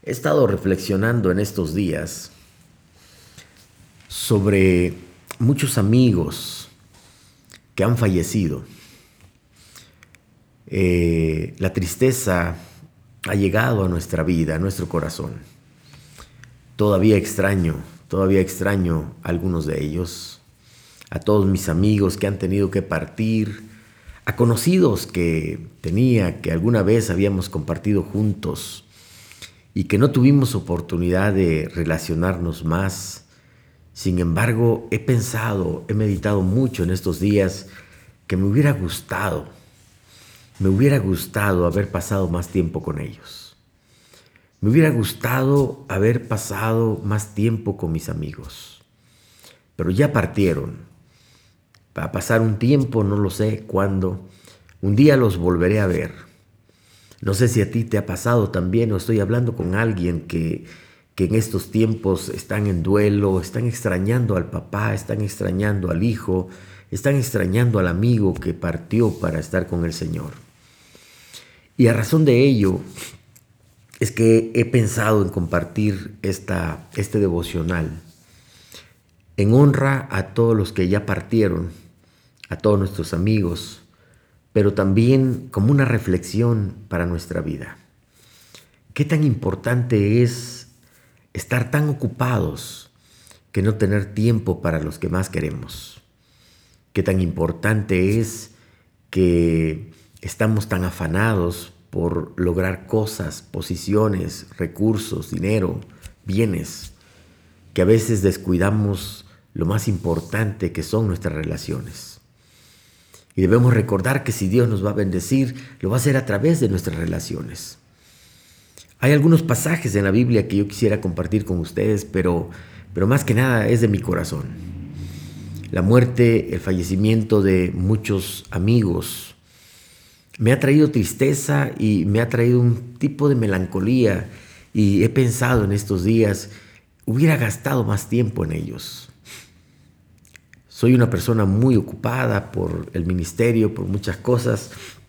He estado reflexionando en estos días sobre muchos amigos que han fallecido. La tristeza ha llegado a nuestra vida, a nuestro corazón. Todavía extraño a algunos de ellos, a todos mis amigos que han tenido que partir, a conocidos que tenía, que alguna vez habíamos compartido juntos y que no tuvimos oportunidad de relacionarnos más. Sin embargo, he meditado mucho en estos días que me hubiera gustado haber pasado más tiempo con ellos. Me hubiera gustado haber pasado más tiempo con mis amigos, pero ya partieron. Va a pasar un tiempo, no lo sé cuándo. Un día los volveré a ver. No sé si a ti te ha pasado también o estoy hablando con alguien que en estos tiempos están en duelo, están extrañando al papá, están extrañando al hijo, están extrañando al amigo que partió para estar con el Señor. Y a razón de ello es que he pensado en compartir este devocional en honra a todos los que ya partieron, a todos nuestros amigos, pero también como una reflexión para nuestra vida. ¿Qué tan importante es estar tan ocupados que no tener tiempo para los que más queremos? ¿Qué tan importante es que estamos tan afanados por lograr cosas, posiciones, recursos, dinero, bienes, que a veces descuidamos lo más importante que son nuestras relaciones? Y debemos recordar que si Dios nos va a bendecir, lo va a hacer a través de nuestras relaciones. Hay algunos pasajes en la Biblia que yo quisiera compartir con ustedes, pero más que nada es de mi corazón. La muerte, el fallecimiento de muchos amigos me ha traído tristeza y me ha traído un tipo de melancolía, y he pensado en estos días, hubiera gastado más tiempo en ellos. Soy una persona muy ocupada por el ministerio, por muchas cosas,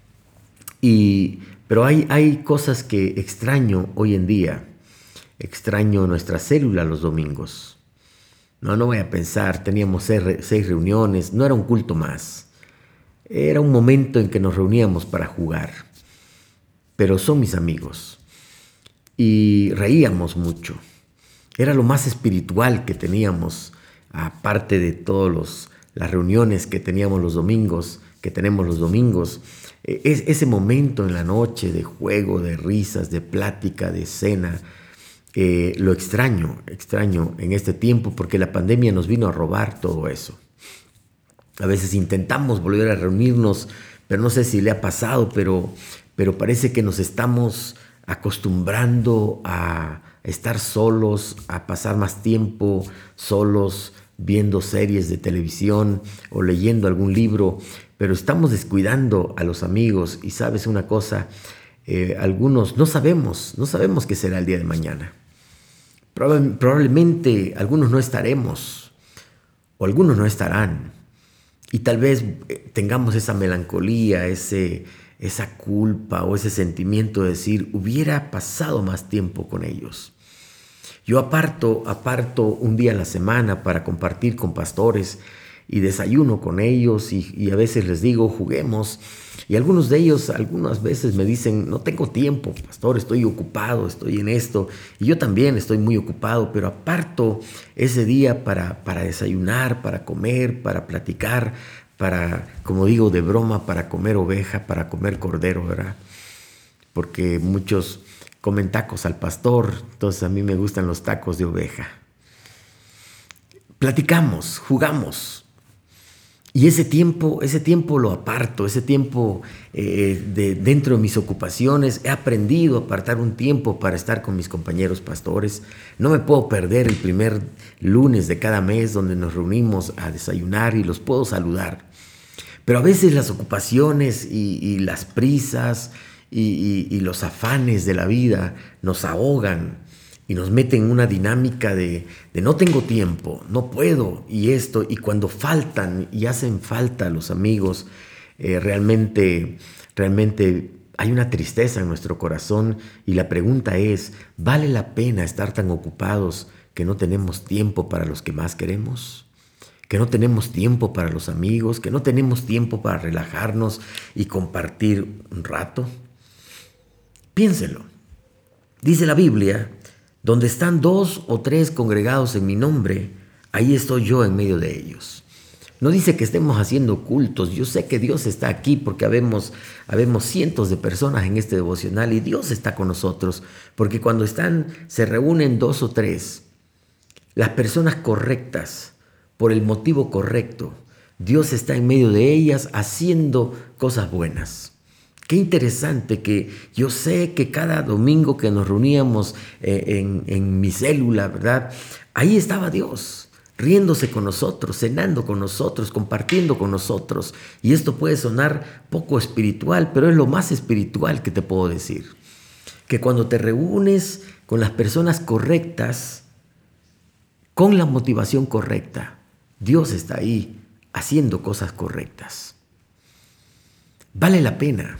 pero hay cosas que extraño hoy en día. Extraño nuestra célula los domingos. No voy a pensar, teníamos 6 reuniones, no era un culto más. Era un momento en que nos reuníamos para jugar. Pero son mis amigos. Y reíamos mucho. Era lo más espiritual que teníamos, aparte de todas las reuniones que teníamos los domingos, que tenemos los domingos. Es ese momento en la noche de juego, de risas, de plática, de cena. Lo extraño en este tiempo, porque la pandemia nos vino a robar todo eso. A veces intentamos volver a reunirnos, pero no sé si le ha pasado, pero parece que nos estamos acostumbrando a estar solos, a pasar más tiempo solos, viendo series de televisión o leyendo algún libro, pero estamos descuidando a los amigos. Y sabes una cosa, algunos no sabemos qué será el día de mañana. Probablemente algunos no estaremos o algunos no estarán. Y tal vez tengamos esa melancolía, esa culpa o ese sentimiento de decir, hubiera pasado más tiempo con ellos. Yo aparto un día a la semana para compartir con pastores y desayuno con ellos y a veces les digo, juguemos. Y algunos de ellos algunas veces me dicen, no tengo tiempo, pastor, estoy ocupado, estoy en esto. Y yo también estoy muy ocupado, pero aparto ese día para desayunar, para comer, para platicar, como digo de broma, para comer oveja, para comer cordero, ¿verdad? Porque muchos comen tacos al pastor, entonces a mí me gustan los tacos de oveja. Platicamos, jugamos. Y ese tiempo lo aparto, ese tiempo dentro de mis ocupaciones. He aprendido a apartar un tiempo para estar con mis compañeros pastores. No me puedo perder el primer lunes de cada mes donde nos reunimos a desayunar y los puedo saludar. Pero a veces las ocupaciones y las prisas y los afanes de la vida nos ahogan y nos meten en una dinámica de no tengo tiempo, no puedo, y esto. Y cuando faltan y hacen falta los amigos, realmente hay una tristeza en nuestro corazón y la pregunta es, ¿vale la pena estar tan ocupados que no tenemos tiempo para los que más queremos? ¿Que no tenemos tiempo para los amigos? ¿Que no tenemos tiempo para relajarnos y compartir un rato? Piénselo. Dice la Biblia, donde están 2 o 3 congregados en mi nombre, ahí estoy yo en medio de ellos. No dice que estemos haciendo cultos. Yo sé que Dios está aquí porque habemos cientos de personas en este devocional y Dios está con nosotros. Porque cuando se reúnen 2 o 3, las personas correctas, por el motivo correcto, Dios está en medio de ellas haciendo cosas buenas. Qué interesante que yo sé que cada domingo que nos reuníamos en mi célula, ¿verdad? Ahí estaba Dios, riéndose con nosotros, cenando con nosotros, compartiendo con nosotros. Y esto puede sonar poco espiritual, pero es lo más espiritual que te puedo decir. Que cuando te reúnes con las personas correctas, con la motivación correcta, Dios está ahí haciendo cosas correctas. Vale la pena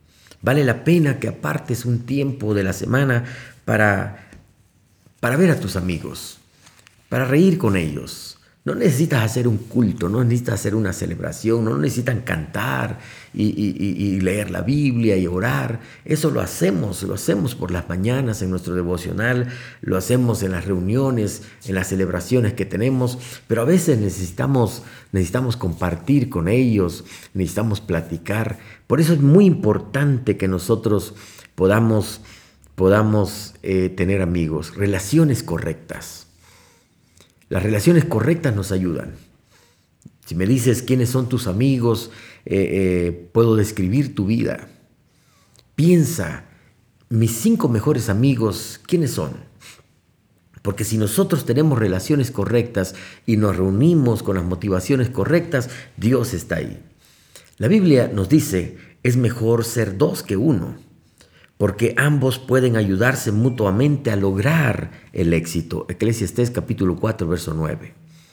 que apartes un tiempo de la semana para ver a tus amigos, para reír con ellos. No necesitas hacer un culto, no necesitas hacer una celebración, no necesitan cantar y leer la Biblia y orar. Eso lo hacemos por las mañanas en nuestro devocional, lo hacemos en las reuniones, en las celebraciones que tenemos, pero a veces necesitamos compartir con ellos, necesitamos platicar. Por eso es muy importante que nosotros podamos tener amigos, relaciones correctas. Las relaciones correctas nos ayudan. Si me dices quiénes son tus amigos, puedo describir tu vida. Piensa, mis 5 mejores amigos, ¿quiénes son? Porque si nosotros tenemos relaciones correctas y nos reunimos con las motivaciones correctas, Dios está ahí. La Biblia nos dice, es mejor ser 2 que 1. Porque ambos pueden ayudarse mutuamente a lograr el éxito. Eclesiastés capítulo 4, verso 9.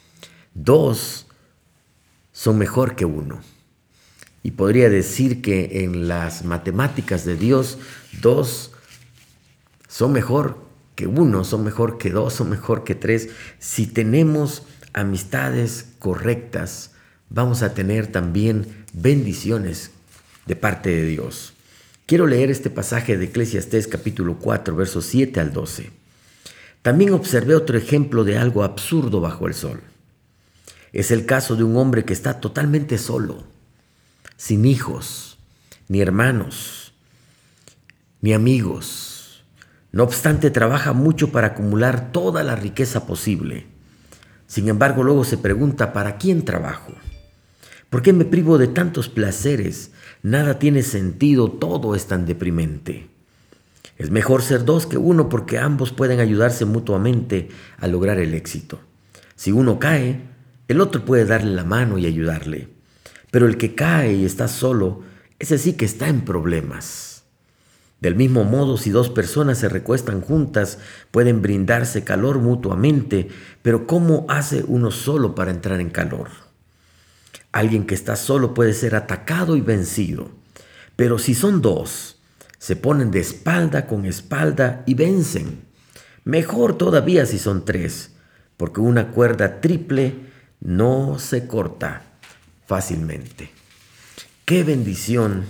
2 son mejor que 1. Y podría decir que en las matemáticas de Dios, 2 son mejor que 1, son mejor que 2, son mejor que 3. Si tenemos amistades correctas, vamos a tener también bendiciones de parte de Dios. Quiero leer este pasaje de Eclesiastés capítulo 4, versos 7 al 12. También observé otro ejemplo de algo absurdo bajo el sol. Es el caso de un hombre que está totalmente solo, sin hijos, ni hermanos, ni amigos. No obstante, trabaja mucho para acumular toda la riqueza posible. Sin embargo, luego se pregunta, ¿para quién trabajo? ¿Por qué me privo de tantos placeres? Nada tiene sentido, todo es tan deprimente. Es mejor ser 2 que 1 porque ambos pueden ayudarse mutuamente a lograr el éxito. Si uno cae, el otro puede darle la mano y ayudarle. Pero el que cae y está solo, ese sí que está en problemas. Del mismo modo, si 2 personas se recuestan juntas, pueden brindarse calor mutuamente, pero ¿cómo hace uno solo para entrar en calor? Alguien que está solo puede ser atacado y vencido, pero si son 2, se ponen de espalda con espalda y vencen. Mejor todavía si son 3, porque una cuerda triple no se corta fácilmente. Qué bendición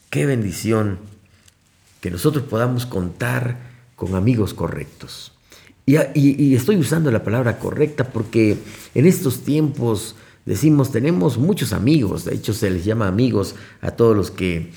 que nosotros podamos contar con amigos correctos. Y estoy usando la palabra correcta porque en estos tiempos decimos, tenemos muchos amigos. De hecho, se les llama amigos a todos los que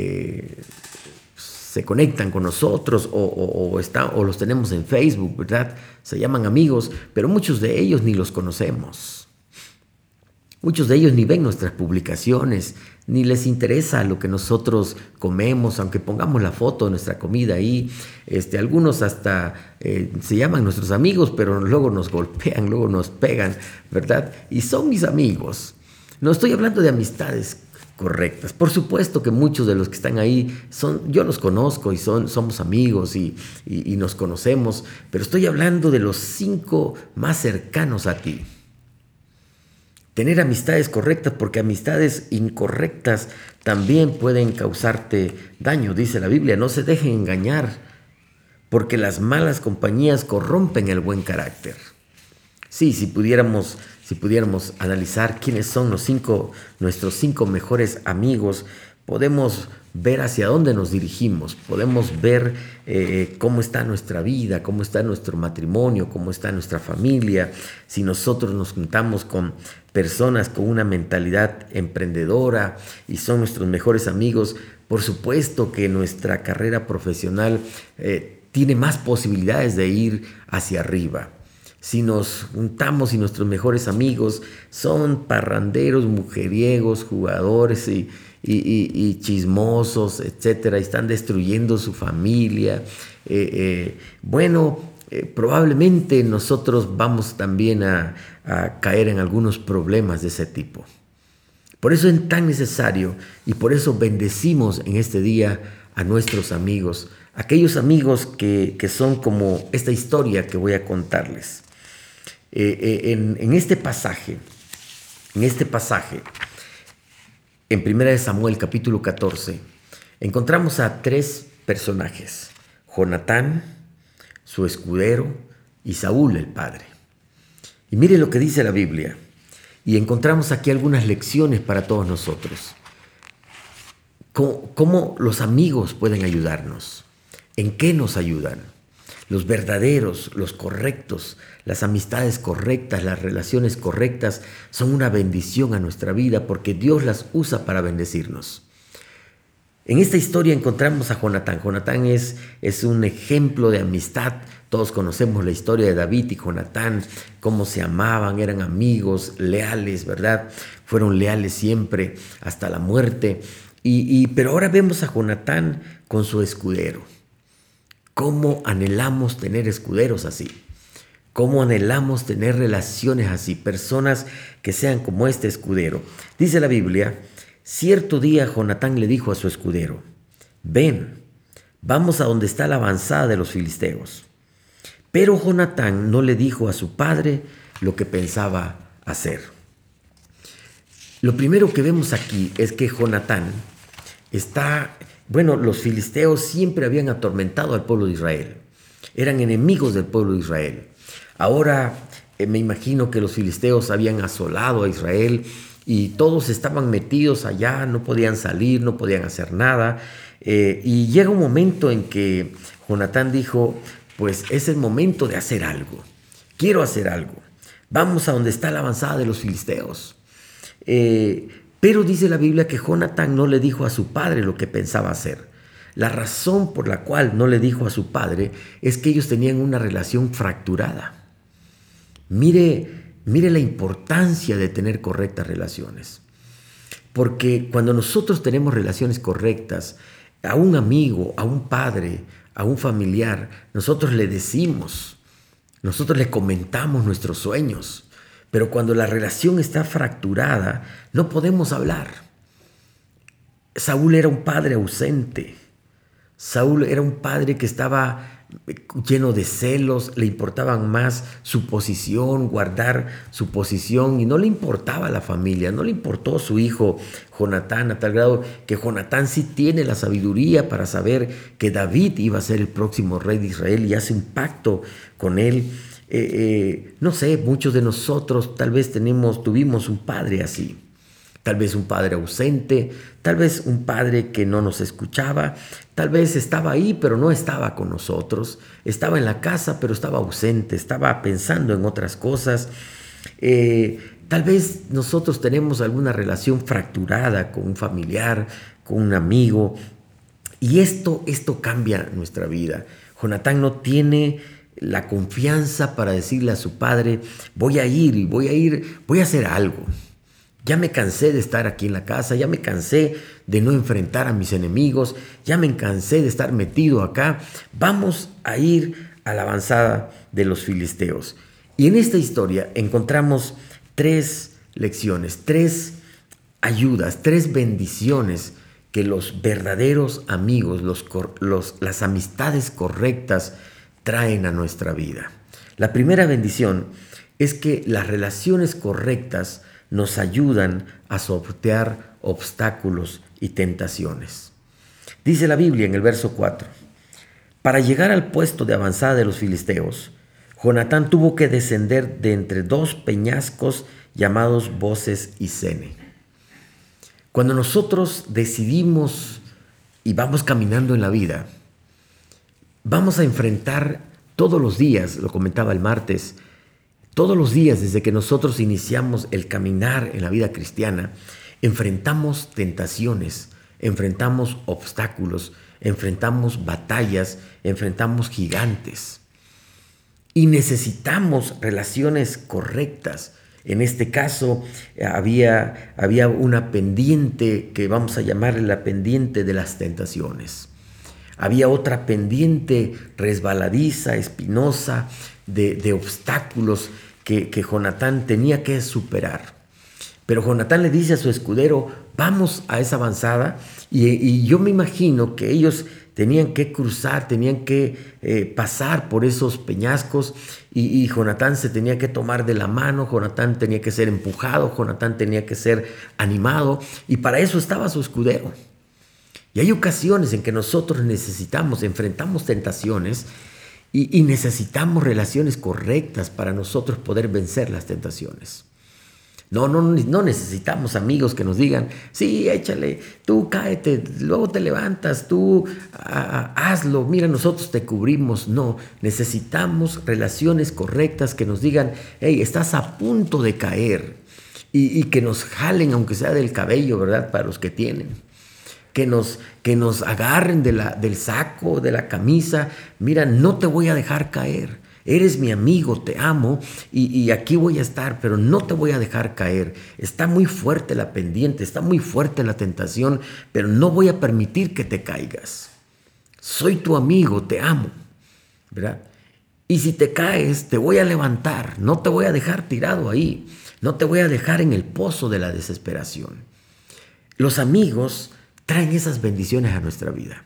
se conectan con nosotros o los tenemos en Facebook, ¿verdad? Se llaman amigos, pero muchos de ellos ni los conocemos. Muchos de ellos ni ven nuestras publicaciones, ni les interesa lo que nosotros comemos, aunque pongamos la foto de nuestra comida ahí. Algunos hasta se llaman nuestros amigos, pero luego nos golpean, luego nos pegan, ¿verdad? Y son mis amigos. No estoy hablando de amistades correctas. Por supuesto que muchos de los que están ahí yo los conozco y somos amigos y nos conocemos, pero estoy hablando de los 5 más cercanos a ti. Tener amistades correctas, porque amistades incorrectas también pueden causarte daño. Dice la Biblia, no se dejen engañar, porque las malas compañías corrompen el buen carácter. Sí, si pudiéramos analizar quiénes son nuestros cinco mejores amigos, podemos ver hacia dónde nos dirigimos, podemos ver cómo está nuestra vida, cómo está nuestro matrimonio, cómo está nuestra familia. Si nosotros nos juntamos con personas con una mentalidad emprendedora y son nuestros mejores amigos, por supuesto que nuestra carrera profesional tiene más posibilidades de ir hacia arriba. Si nos juntamos y nuestros mejores amigos son parranderos, mujeriegos, jugadores y chismosos, etcétera, y están destruyendo su familia, probablemente nosotros vamos también a caer en algunos problemas de ese tipo. Por eso es tan necesario y por eso bendecimos en este día a nuestros amigos, aquellos amigos que son como esta historia que voy a contarles. En este pasaje, en 1 Samuel capítulo 14, encontramos a tres personajes: Jonatán, su escudero, y Saúl el padre. Y mire lo que dice la Biblia. Y encontramos aquí algunas lecciones para todos nosotros. ¿Cómo los amigos pueden ayudarnos? ¿En qué nos ayudan? Los verdaderos, los correctos, las amistades correctas, las relaciones correctas son una bendición a nuestra vida porque Dios las usa para bendecirnos. En esta historia encontramos a Jonatán. Jonatán es un ejemplo de amistad. Todos conocemos la historia de David y Jonatán, cómo se amaban, eran amigos, leales, ¿verdad? Fueron leales siempre hasta la muerte. Pero ahora vemos a Jonatán con su escudero. ¿Cómo anhelamos tener escuderos así? ¿Cómo anhelamos tener relaciones así? Personas que sean como este escudero. Dice la Biblia, cierto día Jonatán le dijo a su escudero, ven, vamos a donde está la avanzada de los filisteos. Pero Jonatán no le dijo a su padre lo que pensaba hacer. Lo primero que vemos aquí es que Jonatán los filisteos siempre habían atormentado al pueblo de Israel. Eran enemigos del pueblo de Israel. Ahora me imagino que los filisteos habían asolado a Israel y todos estaban metidos allá, no podían salir, no podían hacer nada. Y llega un momento en que Jonatán dijo, pues es el momento de hacer algo. Quiero hacer algo. Vamos a donde está la avanzada de los filisteos. Pero dice la Biblia que Jonatán no le dijo a su padre lo que pensaba hacer. La razón por la cual no le dijo a su padre es que ellos tenían una relación fracturada. Mire la importancia de tener correctas relaciones. Porque cuando nosotros tenemos relaciones correctas, a un amigo, a un padre, a un familiar, nosotros le decimos, nosotros le comentamos nuestros sueños. Pero cuando la relación está fracturada, no podemos hablar. Saúl era un padre ausente. Saúl era un padre que estaba lleno de celos, le importaban más su posición, guardar su posición, y no le importaba la familia, no le importó su hijo Jonatán, a tal grado que Jonatán sí tiene la sabiduría para saber que David iba a ser el próximo rey de Israel y hace un pacto con él. No sé, muchos de nosotros tal vez tuvimos un padre así, tal vez un padre ausente, tal vez un padre que no nos escuchaba, tal vez estaba ahí pero no estaba con nosotros, estaba en la casa pero estaba ausente, estaba pensando en otras cosas. Tal vez nosotros tenemos alguna relación fracturada con un familiar, con un amigo, y esto cambia nuestra vida. Jonatán no tiene la confianza para decirle a su padre, voy a hacer algo. Ya me cansé de estar aquí en la casa, ya me cansé de no enfrentar a mis enemigos, ya me cansé de estar metido acá. Vamos a ir a la avanzada de los filisteos. Y en esta historia encontramos tres lecciones, tres ayudas, tres bendiciones que los verdaderos amigos, las amistades correctas traen a nuestra vida. La primera bendición es que las relaciones correctas nos ayudan a sortear obstáculos y tentaciones. Dice la Biblia en el verso 4: para llegar al puesto de avanzada de los filisteos, Jonatán tuvo que descender de entre dos peñascos llamados Boses y Sene. Cuando nosotros decidimos y vamos caminando en la vida, vamos a enfrentar todos los días, lo comentaba el martes, todos los días desde que nosotros iniciamos el caminar en la vida cristiana, enfrentamos tentaciones, enfrentamos obstáculos, enfrentamos batallas, enfrentamos gigantes. Y necesitamos relaciones correctas. En este caso había una pendiente que vamos a llamarle la pendiente de las tentaciones. Había otra pendiente resbaladiza, espinosa, de obstáculos que Jonatán tenía que superar. Pero Jonatán le dice a su escudero: vamos a esa avanzada, y yo me imagino que ellos tenían que cruzar, tenían que pasar por esos peñascos, y Jonatán se tenía que tomar de la mano, Jonatán tenía que ser empujado, Jonatán tenía que ser animado, y para eso estaba su escudero. Y hay ocasiones en que nosotros enfrentamos tentaciones y necesitamos relaciones correctas para nosotros poder vencer las tentaciones. No necesitamos amigos que nos digan: sí, échale, tú cáete, luego te levantas, tú hazlo, mira, nosotros te cubrimos. No, necesitamos relaciones correctas que nos digan: hey, estás a punto de caer, y que nos jalen, aunque sea del cabello, ¿verdad? Para los que tienen. Que nos agarren del saco, de la camisa. Mira, no te voy a dejar caer. Eres mi amigo, te amo, y aquí voy a estar, pero no te voy a dejar caer. Está muy fuerte la pendiente, está muy fuerte la tentación, pero no voy a permitir que te caigas. Soy tu amigo, te amo, ¿verdad? Y si te caes, te voy a levantar, no te voy a dejar tirado ahí, no te voy a dejar en el pozo de la desesperación. Los amigos traen esas bendiciones a nuestra vida.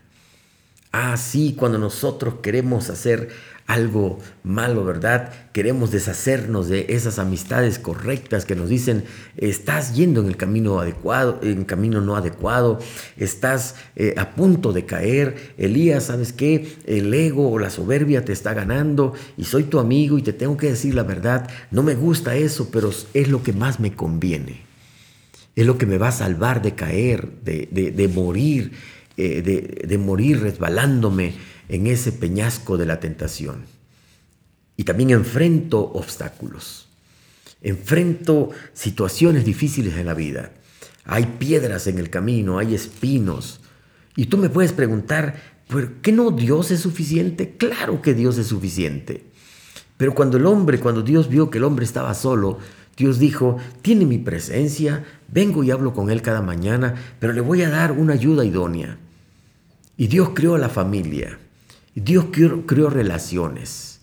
Sí, cuando nosotros queremos hacer algo malo, ¿verdad? Queremos deshacernos de esas amistades correctas que nos dicen: estás yendo en el camino adecuado, en camino no adecuado, estás a punto de caer. Elías, ¿sabes qué? El ego o la soberbia te está ganando, y soy tu amigo y te tengo que decir la verdad. No me gusta eso, pero es lo que más me conviene. Es lo que me va a salvar de caer, de morir, de morir resbalándome en ese peñasco de la tentación. Y también enfrento obstáculos, enfrento situaciones difíciles en la vida. Hay piedras en el camino, hay espinos. Y tú me puedes preguntar: ¿por qué no Dios es suficiente? Claro que Dios es suficiente. Pero cuando Dios vio que el hombre estaba solo, Dios dijo: tiene mi presencia, vengo y hablo con él cada mañana, pero le voy a dar una ayuda idónea. Y Dios creó a la familia, Dios creó relaciones,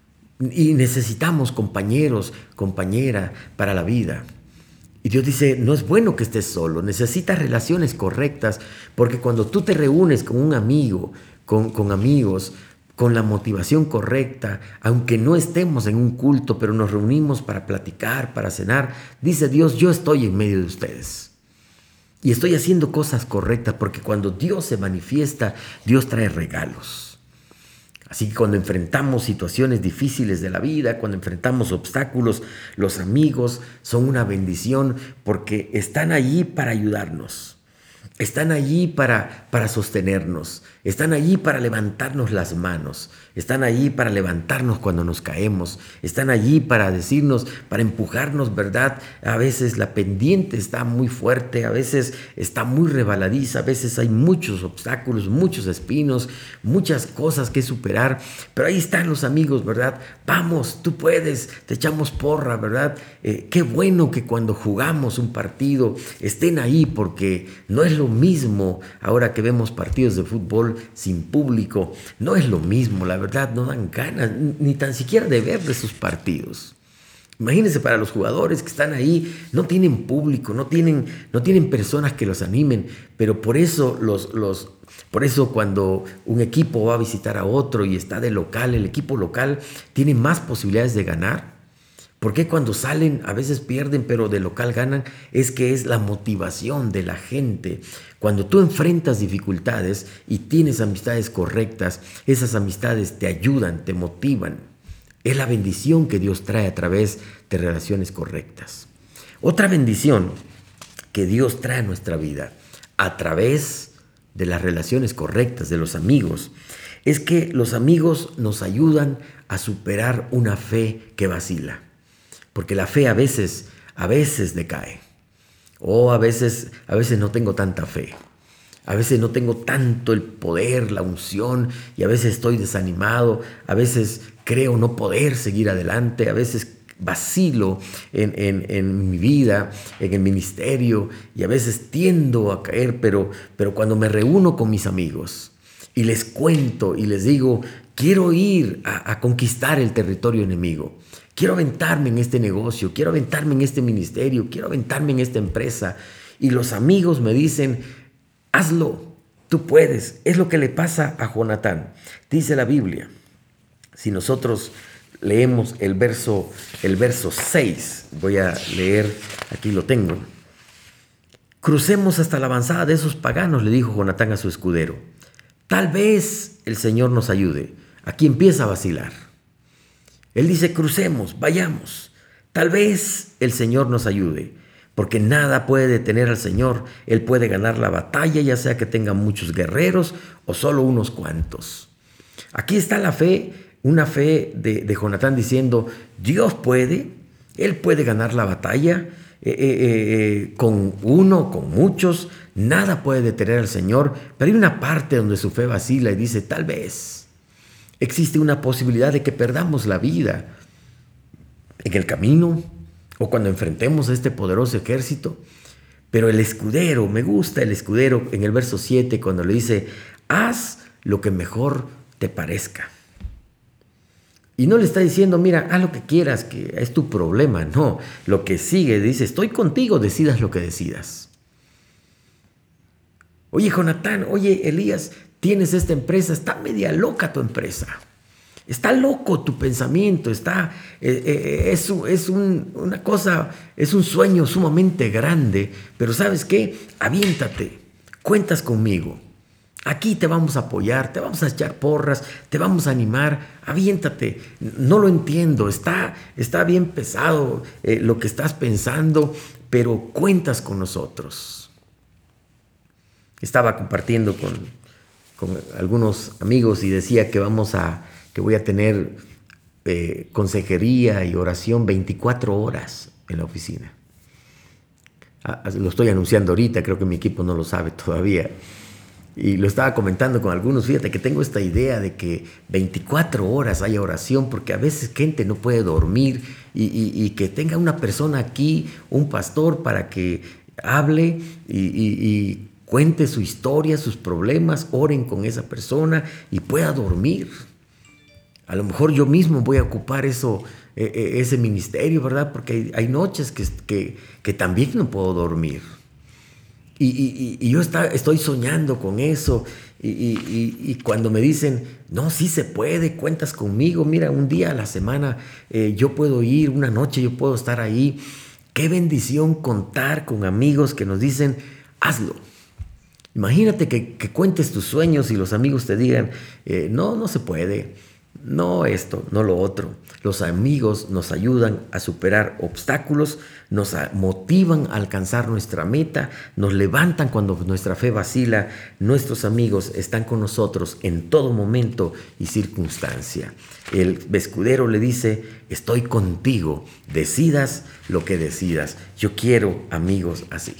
y necesitamos compañeros, compañera para la vida. Y Dios dice: no es bueno que estés solo, necesitas relaciones correctas, porque cuando tú te reúnes con un amigo, con amigos, con la motivación correcta, aunque no estemos en un culto, pero nos reunimos para platicar, para cenar, dice Dios: yo estoy en medio de ustedes. Y estoy haciendo cosas correctas, porque cuando Dios se manifiesta, Dios trae regalos. Así que cuando enfrentamos situaciones difíciles de la vida, cuando enfrentamos obstáculos, los amigos son una bendición, porque están allí para ayudarnos. Están allí para sostenernos, están allí para levantarnos las manos, están allí para levantarnos cuando nos caemos, están allí para decirnos, para empujarnos, ¿verdad? A veces la pendiente está muy fuerte, a veces está muy rebaladiza, a veces hay muchos obstáculos, muchos espinos, muchas cosas que superar, pero ahí están los amigos, ¿verdad? Vamos, tú puedes, te echamos porra, ¿verdad? Qué bueno que cuando jugamos un partido estén ahí, porque no es lo mismo ahora que vemos partidos de fútbol sin público. No es lo mismo, la verdad, no dan ganas ni tan siquiera de ver de sus partidos. Imagínense, para los jugadores que están ahí, no tienen público, no tienen personas que los animen, pero por eso cuando un equipo va a visitar a otro y está de local, el equipo local tiene más posibilidades de ganar, ¿Por qué cuando salen a veces pierden, pero de local ganan? Es que es la motivación de la gente. Cuando tú enfrentas dificultades y tienes amistades correctas, esas amistades te ayudan, te motivan. Es la bendición que Dios trae a través de relaciones correctas. Otra bendición que Dios trae a nuestra vida a través de las relaciones correctas, de los amigos, es que los amigos nos ayudan a superar una fe que vacila. Porque la fe a veces decae. O a veces no tengo tanta fe. A veces no tengo tanto el poder, la unción, y a veces estoy desanimado. A veces creo no poder seguir adelante. A veces vacilo en mi vida, en el ministerio, y a veces tiendo a caer, pero cuando me reúno con mis amigos y les cuento y les digo, quiero ir a conquistar el territorio enemigo, quiero aventarme en este negocio, quiero aventarme en este ministerio, quiero aventarme en esta empresa, y los amigos me dicen, hazlo, tú puedes. Es lo que le pasa a Jonatán. Dice la Biblia, si nosotros leemos el verso 6, voy a leer, aquí lo tengo. Crucemos hasta la avanzada de esos paganos, le dijo Jonatán a su escudero. Tal vez el Señor nos ayude. Aquí empieza a vacilar. Él dice, crucemos, vayamos. Tal vez el Señor nos ayude, porque nada puede detener al Señor. Él puede ganar la batalla, ya sea que tenga muchos guerreros o solo unos cuantos. Aquí está la fe, una fe de Jonatán diciendo, Dios puede, Él puede ganar la batalla, con uno, con muchos, nada puede detener al Señor, pero hay una parte donde su fe vacila y dice, tal vez existe una posibilidad de que perdamos la vida en el camino o cuando enfrentemos a este poderoso ejército. Pero el escudero, me gusta el escudero en el verso 7 cuando le dice, haz lo que mejor te parezca. Y no le está diciendo, mira, haz lo que quieras, que es tu problema. No, lo que sigue dice, estoy contigo, decidas lo que decidas. Oye, Jonatán, oye, Elías, tienes esta empresa, está media loca tu empresa. Está loco tu pensamiento, una cosa, es un sueño sumamente grande, pero ¿sabes qué? Aviéntate, cuentas conmigo. Aquí te vamos a apoyar, te vamos a echar porras, te vamos a animar, aviéntate. No lo entiendo, está bien pesado lo que estás pensando, pero cuentas con nosotros. Estaba compartiendo con algunos amigos y decía que voy a tener consejería y oración 24 horas en la oficina. Lo estoy anunciando ahorita, creo que mi equipo no lo sabe todavía. Y lo estaba comentando con algunos, fíjate que tengo esta idea de que 24 horas haya oración, porque a veces gente no puede dormir y que tenga una persona aquí, un pastor, para que hable y cuente su historia, sus problemas, oren con esa persona y pueda dormir. A lo mejor yo mismo voy a ocupar ese ministerio, ¿verdad? Porque hay noches que también no puedo dormir. Y yo estoy soñando con eso y cuando me dicen, no, sí se puede, cuentas conmigo, mira, un día a la semana yo puedo ir, una noche yo puedo estar ahí. Qué bendición contar con amigos que nos dicen, hazlo. Imagínate que cuentes tus sueños y los amigos te digan, no se puede. No esto, no lo otro. Los amigos nos ayudan a superar obstáculos, nos motivan a alcanzar nuestra meta, nos levantan cuando nuestra fe vacila. Nuestros amigos están con nosotros en todo momento y circunstancia. El escudero le dice, estoy contigo, decidas lo que decidas. Yo quiero amigos así.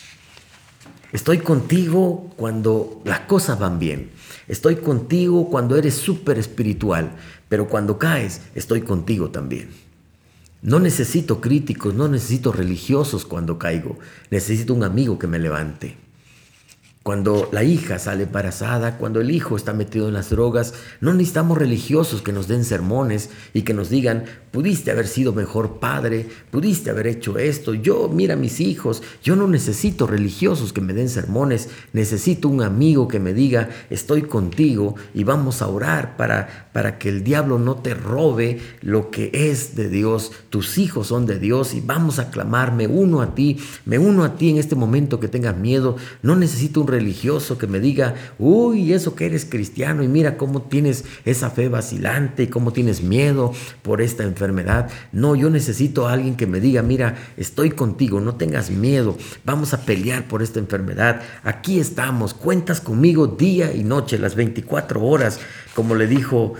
Estoy contigo cuando las cosas van bien. Estoy contigo cuando eres súper espiritual, pero cuando caes, estoy contigo también. No necesito críticos, no necesito religiosos cuando caigo. Necesito un amigo que me levante. Cuando la hija sale embarazada, cuando el hijo está metido en las drogas, no necesitamos religiosos que nos den sermones y que nos digan, pudiste haber sido mejor padre, pudiste haber hecho esto, yo, mira mis hijos, yo no necesito religiosos que me den sermones, necesito un amigo que me diga, estoy contigo y vamos a orar para que el diablo no te robe lo que es de Dios, tus hijos son de Dios y vamos a clamar, me uno a ti en este momento que tengas miedo, no necesito un religioso que me diga, uy, eso que eres cristiano y mira cómo tienes esa fe vacilante y cómo tienes miedo por esta enfermedad. No, yo necesito a alguien que me diga, mira, estoy contigo, no tengas miedo, vamos a pelear por esta enfermedad. Aquí estamos, cuentas conmigo día y noche, las 24 horas, como le dijo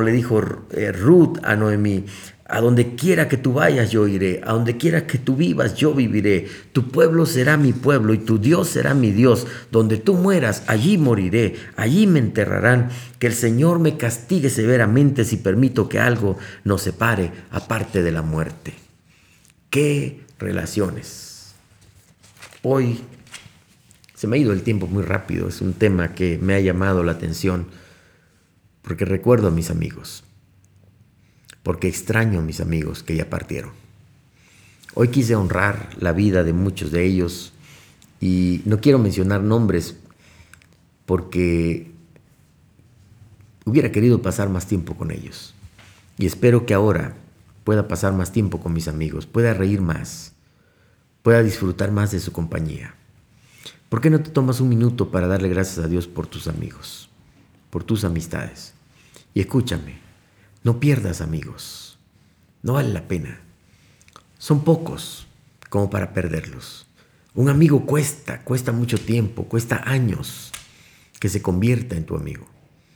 Ruth a Noemí. A donde quiera que tú vayas, yo iré. A donde quiera que tú vivas, yo viviré. Tu pueblo será mi pueblo y tu Dios será mi Dios. Donde tú mueras, allí moriré. Allí me enterrarán. Que el Señor me castigue severamente si permito que algo nos separe aparte de la muerte. ¡Qué relaciones! Hoy se me ha ido el tiempo muy rápido. Es un tema que me ha llamado la atención porque recuerdo a mis amigos. Porque extraño a mis amigos que ya partieron. Hoy quise honrar la vida de muchos de ellos y no quiero mencionar nombres porque hubiera querido pasar más tiempo con ellos. Y espero que ahora pueda pasar más tiempo con mis amigos, pueda reír más, pueda disfrutar más de su compañía. ¿Por qué no te tomas un minuto para darle gracias a Dios por tus amigos, por tus amistades? Y escúchame. No pierdas amigos, no vale la pena. Son pocos como para perderlos. Un amigo cuesta mucho tiempo, cuesta años que se convierta en tu amigo.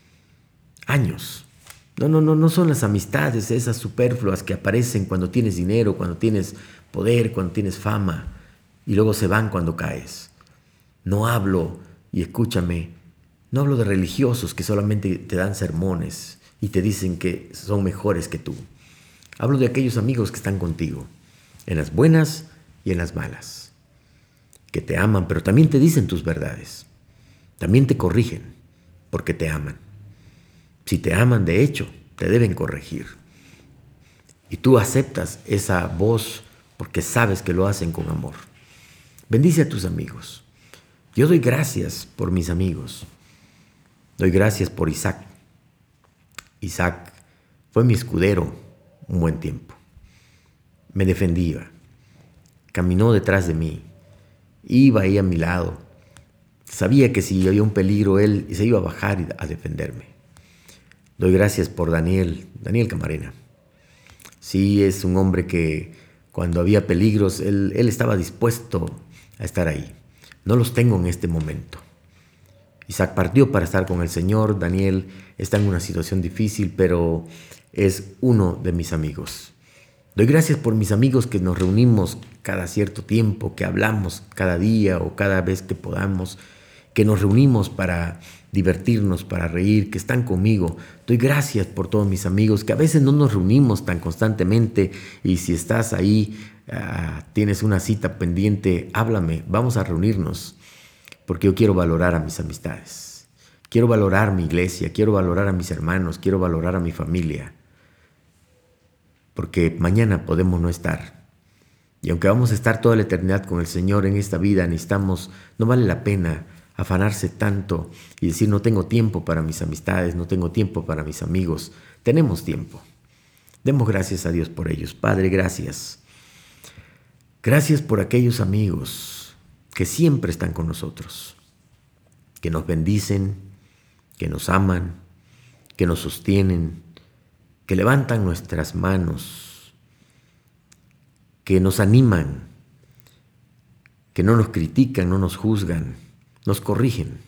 Años. No son las amistades esas superfluas que aparecen cuando tienes dinero, cuando tienes poder, cuando tienes fama y luego se van cuando caes. No hablo, y escúchame, no hablo de religiosos que solamente te dan sermones y te dicen que son mejores que tú. Hablo de aquellos amigos que están contigo, en las buenas y en las malas, que te aman, pero también te dicen tus verdades. También te corrigen, porque te aman. Si te aman, de hecho, te deben corregir. Y tú aceptas esa voz porque sabes que lo hacen con amor. Bendice a tus amigos. Yo doy gracias por mis amigos. Doy gracias por Isaac. Isaac fue mi escudero un buen tiempo. Me defendía, caminó detrás de mí, iba ahí a mi lado. Sabía que si había un peligro, él se iba a bajar a defenderme. Doy gracias por Daniel Camarena. Sí, es un hombre que cuando había peligros, él estaba dispuesto a estar ahí. No los tengo en este momento. Isaac partió para estar con el Señor. Daniel está en una situación difícil, pero es uno de mis amigos. Doy gracias por mis amigos que nos reunimos cada cierto tiempo, que hablamos cada día o cada vez que podamos, que nos reunimos para divertirnos, para reír, que están conmigo. Doy gracias por todos mis amigos, que a veces no nos reunimos tan constantemente y si estás ahí, tienes una cita pendiente, háblame, vamos a reunirnos. Porque yo quiero valorar a mis amistades, quiero valorar mi iglesia, quiero valorar a mis hermanos, quiero valorar a mi familia, porque mañana podemos no estar. Y aunque vamos a estar toda la eternidad con el Señor en esta vida, no vale la pena afanarse tanto y decir no tengo tiempo para mis amistades, no tengo tiempo para mis amigos. Tenemos tiempo. Demos gracias a Dios por ellos. Padre, gracias. Gracias por aquellos amigos que siempre están con nosotros, que nos bendicen, que nos aman, que nos sostienen, que levantan nuestras manos, que nos animan, que no nos critican, no nos juzgan, nos corrigen,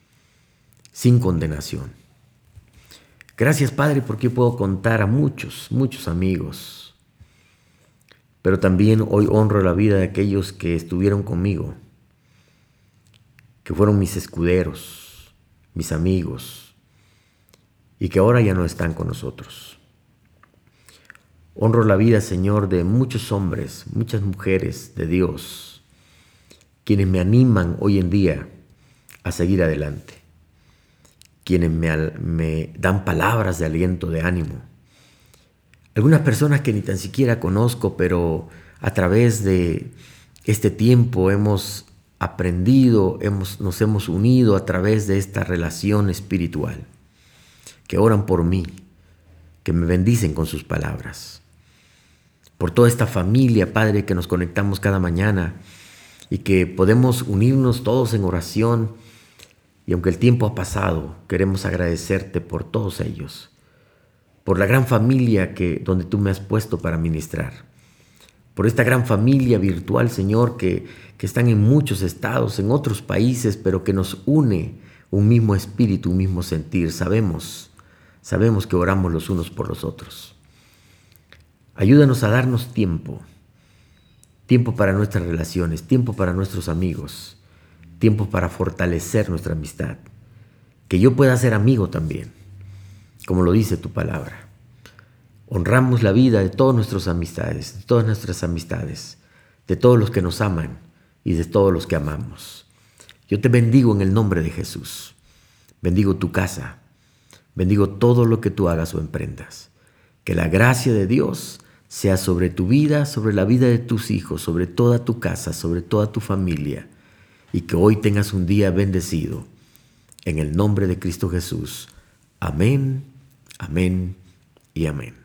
sin condenación. Gracias, Padre, porque yo puedo contar a muchos amigos, pero también hoy honro la vida de aquellos que estuvieron conmigo, que fueron mis escuderos, mis amigos, y que ahora ya no están con nosotros. Honro la vida, Señor, de muchos hombres, muchas mujeres de Dios, quienes me animan hoy en día a seguir adelante, quienes me dan palabras de aliento, de ánimo. Algunas personas que ni tan siquiera conozco, pero a través de este tiempo hemos aprendido, nos hemos unido a través de esta relación espiritual, que oran por mí, que me bendicen con sus palabras. Por toda esta familia, Padre, que nos conectamos cada mañana y que podemos unirnos todos en oración. Y aunque el tiempo ha pasado, queremos agradecerte por todos ellos, por la gran familia donde tú me has puesto para ministrar, por esta gran familia virtual, Señor, que están en muchos estados, en otros países, pero que nos une un mismo espíritu, un mismo sentir. Sabemos que oramos los unos por los otros. Ayúdanos a darnos tiempo para nuestras relaciones, tiempo para nuestros amigos, tiempo para fortalecer nuestra amistad. Que yo pueda ser amigo también, como lo dice tu palabra. Honramos la vida de todas nuestras amistades, de todos los que nos aman y de todos los que amamos. Yo te bendigo en el nombre de Jesús. Bendigo tu casa. Bendigo todo lo que tú hagas o emprendas. Que la gracia de Dios sea sobre tu vida, sobre la vida de tus hijos, sobre toda tu casa, sobre toda tu familia. Y que hoy tengas un día bendecido. En el nombre de Cristo Jesús. Amén, amén y amén.